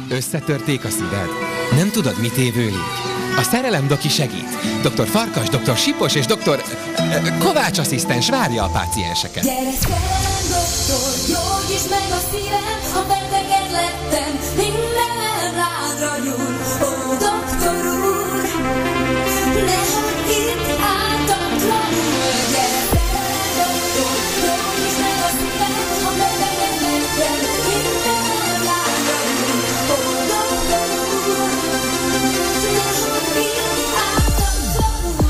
Összetörték a szíved? Nem tudod, mit évőlik? A szerelem doki segít. Dr. Farkas, dr. Sipos és dr. Kovács asszisztens várja a pácienseket. Gyere, szerelem doktor, gyógyítsd meg a szívem, ha betegen lettem, minden rádra nyúl. Ó, doktor úr, ne hagyd itt ártatlanul. Gyere, szerelem doktor, gyógyítsd meg a szívem, ha betegen lettem, minden rádra nyúl. Ó, doktor úr, ne hagyd itt ártatlanul.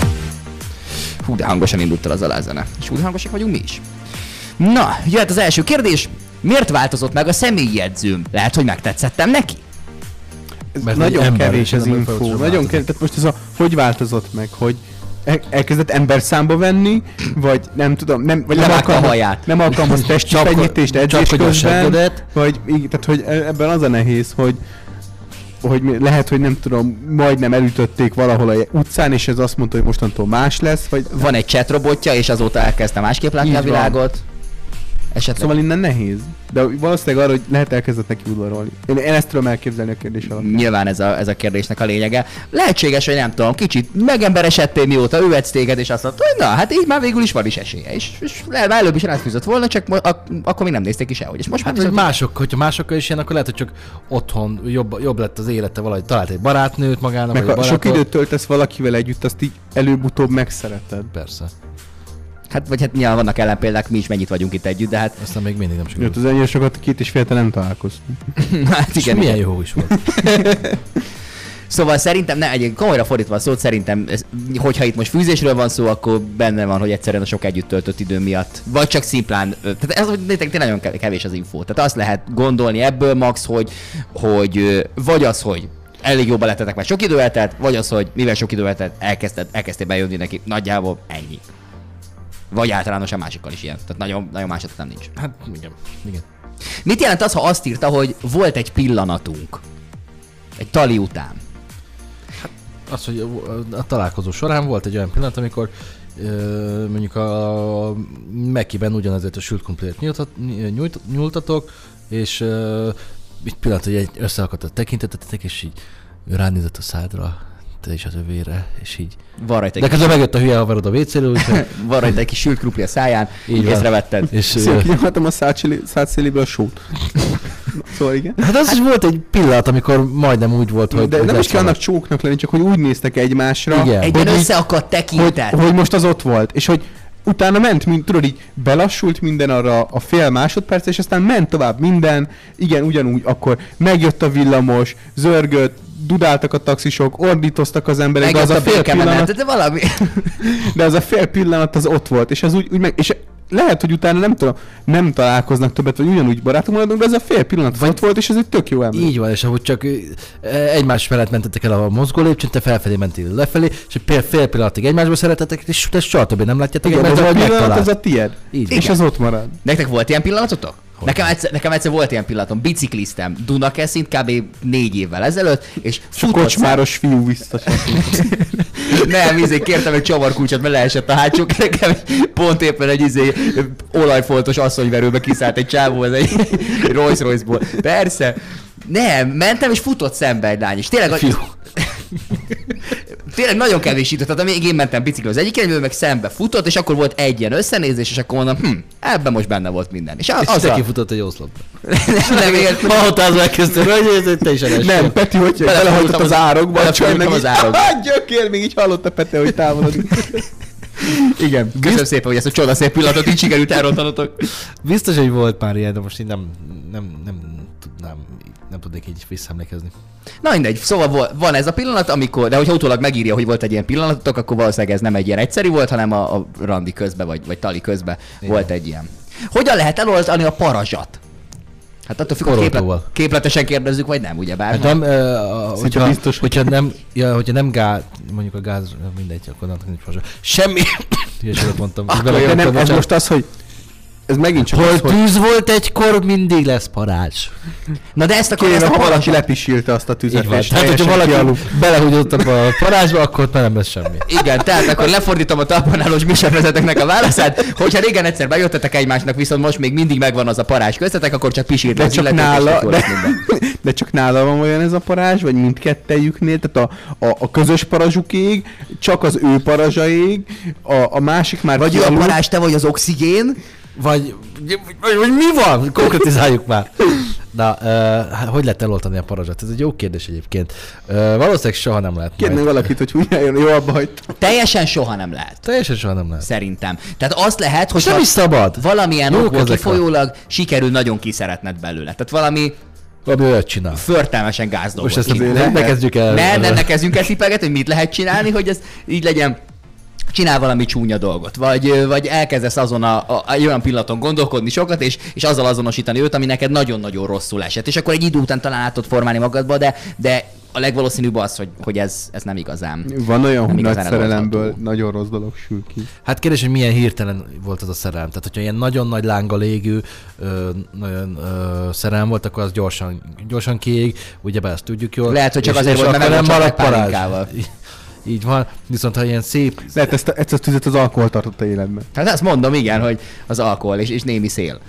Hú, de hangosan indult el az alázene. És úgy hangosak vagyunk mi is. Na, jöhet az első kérdés. Miért változott meg a személyjegyzőm? Lehet, hogy megtetszettem neki? Ez nagyon kevés az info. Nagyon kevés. Tehát most ez hogy változott meg? Hogy elkezdett emberszámba venni, vagy nem tudom, vagy nem alkalmaz testcsöppenyítést edzés közben, vagy tehát, hogy ebben az a nehéz, hogy lehet, hogy nem tudom, majdnem elütötték valahol a utcán, és ez azt mondta, hogy mostantól más lesz, vagy... Van egy chat robotja, és azóta elkezdte másképp látni a világot. Esetleg. Szóval innen nehéz. De valószínűleg arra, hogy lehet elkezdett neki udvarolni. Én ezt tudom elképzelni a kérdés alatt. Nyilván ez a kérdésnek a lényege. Lehetséges, hogy nem tudom, kicsit megemberesedtél, mióta ő edz téged, és azt mondta, hogy na, hát így már végül is van is esélye. És lehet, előbb is rászfűzött volna, csak akkor még nem nézték ki sehogy. És most hát, hogy hogyha másokkal is ilyen, akkor lehet, hogy csak otthon jobb lett az élete, valahogy talált egy barátnőt magának, meg ha sok időt töltesz valakivel együtt, azt így előbb-utóbb megszereted. Persze. Hát nyilván vannak ellenpéldák, mi is mennyit vagyunk itt együtt, de hát... Aztán még mindig nem sikerült. Az ennyire sokat 2,5 hete nem találkoztunk. Hát igen. Milyen jó is volt. Szóval szerintem, komolyra fordítva a szót, szerintem, hogyha itt most fűzésről van szó, akkor benne van, hogy egyszerűen a sok együtt töltött idő miatt. Vagy csak szimplán, tehát ez tényleg nagyon kevés az infó. Tehát azt lehet gondolni ebből max, hogy vagy az, hogy elég jobban lettetek, mert sok idő eltelt, vagy az, hogy mivel sok idő eltelt, elkezdtél bejönni neki. Nagyjából ennyi. Vagy általánosan másikkal is ilyen. Tehát nagyon másod nem nincs. Hát igen. Mit jelent az, ha azt írta, hogy volt egy pillanatunk? Egy tali után. Hát az, hogy a találkozó során volt egy olyan pillanat, amikor mondjuk a Mekiben ugyanezért a sült krumplét nyújtatok, és egy pillanat, hogy összeakadt a tekintetetek, és így ránézett a szádra, te is az övére, és így. De közben megjött a hülye haverod a WC-ről, úgyhogy... Van rajta egy kis sült krumpli a száján, így észrevetted. És kinyomhatom a szádszéléből a sót. Szóval igen. Hát az is volt egy pillanat, amikor majdnem úgy volt, hogy... De nem is kell annak csóknak lenni, csak hogy úgy néztek egymásra. Igen. Egy összeakadt tekintet. Hogy most az ott volt, és hogy utána ment, tudod így belassult minden arra a fél másodperc, és aztán ment tovább minden, igen, ugyanúgy, akkor megjött a villamos, zörgött, dudáltak a taxisok, ordítoztak az emberek, de az a fél pillanat... De valami... De az a fél pillanat az ott volt, és az úgy meg... És lehet, hogy utána nem tudom, nem találkoznak többet, vagy ugyanúgy barátok maradnak, de ez a fél pillanat ott volt, és ez egy tök jó ember. Így van, és ahogy csak egymás mellett mentetek el a mozgó lépcsőn, te felfelé mentél lefelé, és fél pillanatig egymásba szeretetek, és te soha többé nem látjátok egymást, de a pillanat az a tied, és az ott marad. Nektek volt ilyen pillanatotok? Nekem egyszer volt ilyen pillanatom, bicikliztem Dunakeszint kb. 4 évvel ezelőtt, és kocsmáros fiú biztosan. Nem, kértem egy csavarkulcsot, mert leesett a hátsó kerekem, pont éppen egy olajfoltos asszonyverőbe kiszállt egy csávó, ez egy Rolls Royce-ból. Persze. Nem, mentem és futott szembe egy lány, és tényleg nagyon kevés idő, tehát amíg én mentem biciklivel az egyik irányból, meg szembe futott, és akkor volt egy ilyen összenézés, és akkor mondom, ebben most benne volt minden. És te kifutott egy oszlopba. Nem ért. Ahotázva elkezdtem, hogy te is elestél. Nem, Peti, hogy belehaltott az árokba, belehaltott az árokba. Gyökér, még így hallotta Peti, hogy távolodik. Igen. Köszönöm szépen, hogy ezt a csodaszép pillanatot így sikerült elrontanotok. Biztos, hogy volt már ilyen, de most így nem tudnék így visszaemlékezni. Na mindegy, szóval van ez a pillanat, amikor, de hogyha utólag megírja, hogy volt egy ilyen pillanatotok, akkor valószínűleg ez nem egy ilyen egyszerű volt, hanem a randi közben, vagy tali közben volt egy ilyen. Hogyan lehet eloltani a parazsat? Hát attól függ, hogy képletesen kérdezzük, vagy nem, ugyebár. Hát nem, hogyha nem gáz, mondjuk a gáz, mindegy, akkor nem nincs parazsat. Semmi! Hülyeséget mondtam. De nem, ez most az, hogy ez megint csak hol tűz volt egykor, mindig lesz parázs. Na de ezt akkor valaki lepisílte azt a tüzet. Tehát, hogyha valaki belehúgyott a parázsba, akkor nem lesz semmi. Igen, tehát akkor lefordítom a talpanálós műsorvezetőknek a válaszát, hogyha régen egyszer bejöttetek egymásnak, viszont most még mindig megvan az a parázs köztetek, akkor csak pisírt az illetőt, de de csak nála van olyan ez a parázs, vagy mindkettejüknél, tehát a közös parazsukéig, csak az ő parazsaig, a másik már... Vagy ő a parázs, te vagy az oxigén, vagy mi van? Konkretizáljuk már. Na, hogy lehet eloltani a parazsat? Ez egy jó kérdés egyébként. Valószínűleg soha nem lehet. Kérnék valakit, hogy húnyáljon, jó, abba hagytam. Teljesen soha nem lehet. Teljesen soha nem lehet. Szerintem. Tehát azt lehet, hogy nem is szabad. Valamilyen okból kifolyólag sikerül nagyon kiszeretned belőle. Tehát valami olyat csinál. Förtelmesen gázdolgot. Most ezt azért ne kezdjük el. Ne kezdjünk el tippelgetni, hogy mit lehet csinálni, hogy ez így legyen. Csinál valami csúnya dolgot, vagy elkezdesz azon egy olyan pillanaton gondolkodni sokat, és azzal azonosítani őt, ami neked nagyon-nagyon rosszul esett. És akkor egy idő után talán át tudod formálni magadba, de a legvalószínűbb az, hogy ez nem igazán. Van olyan, hogy nagy szerelemből nagyon rossz dolog sül ki. Hát kérdés, hogy milyen hirtelen volt az a szerelem. Tehát, hogyha ilyen nagyon nagy lánga légő nagyon szerelem volt, akkor az gyorsan kiég, ugyebár ezt tudjuk jól. Lehet, hogy csak azért volt, mert nem maradt pálinkával. Így van, viszont ha ilyen szép... Lehet ezt a tüzet az alkohol tartotta életben. Hát azt mondom, igen, hogy az alkohol és némi szél.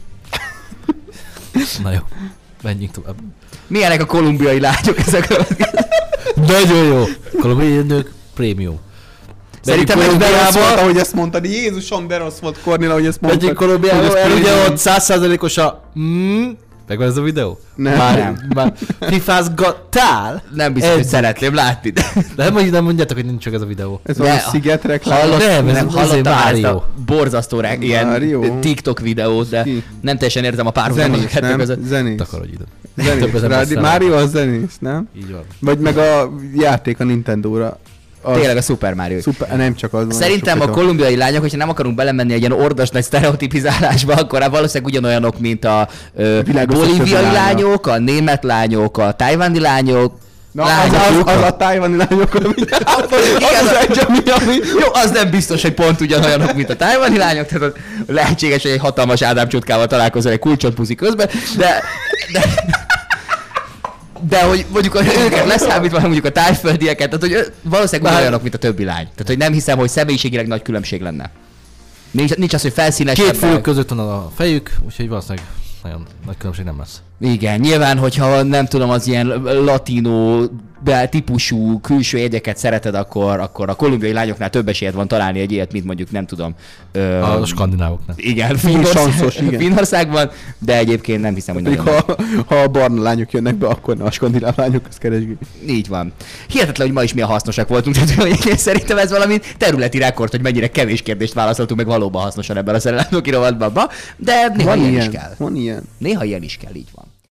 Na jó, menjünk tovább. Milyenek a kolumbiai lányok ezekről? Nagyon jó. Kolumbiai nők prémium. Szerintem ez de rossz volt, ahogy ezt mondtad. Jézusom, de rossz volt, Kornél, ahogy ezt mondtad. Megyünk Kolumbiába, ugye ott 100%-os a... Megvan ez a videó? Nem. Már fifázgattál? Nem biztos, hogy szeretném látni. De nem mondjátok, hogy nincs csak ez a videó. Ez valami Sziget reklám. Hallottam ezt a borzasztó ilyen TikTok videót, de nem teljesen értem a párhuzamot a kettő között. Zenész. Takarodj ide. Zenész. Mario az zenész, nem? Így van. Vagy meg a játék a Nintendo-ra. Tényleg a Super Mario. Nem csak az. Szerintem a kolumbiai lányok, hogyha nem akarunk belemenni egy ilyen ordas nagy sztereotipizálásba, akkor valószínűleg ugyanolyanok, mint a bolíviai lányok, a német lányok, a tajvani lányok. Na, az a tajvani lányok, jó, az nem biztos, hogy pont ugyanolyanok, mint a tajvani lányok, tehát lehetséges, hogy egy hatalmas Ádám csotkával találkozol egy kulcsotpuzi közben, de hogy mondjuk őket leszámítva, mondjuk a tájföldieket, tehát hogy valószínűleg olyanok, mint a többi lány. Tehát hogy nem hiszem, hogy személyiségileg nagy különbség lenne. Nincs az, hogy felszínesebb. Két fülük között van a fejük, úgyhogy valószínűleg nagyon nagy különbség nem lesz. Igen, nyilván, hogyha nem tudom, az ilyen latino típusú külső jegyeket szereted, akkor a kolumbiai lányoknál több esélyed van találni egy ilyet, mint mondjuk nem tudom. A skandinávoknál. Igen, Finnországban, de egyébként nem hiszem, hogy nagyon. Ha a barna lányok jönnek be, akkor a skandináv lányok azt keresgél. Így van. Hihetetlen, hogy ma is milyen hasznosak voltunk, tehát szerintem ez valami területi rekord, hogy mennyire kevés kérdést válaszoltunk meg valóban hasznosan ebben a szerelemdoki rovatban, de néha ilyen is kell. Van ilyen. Néha ilyen is kell, így van.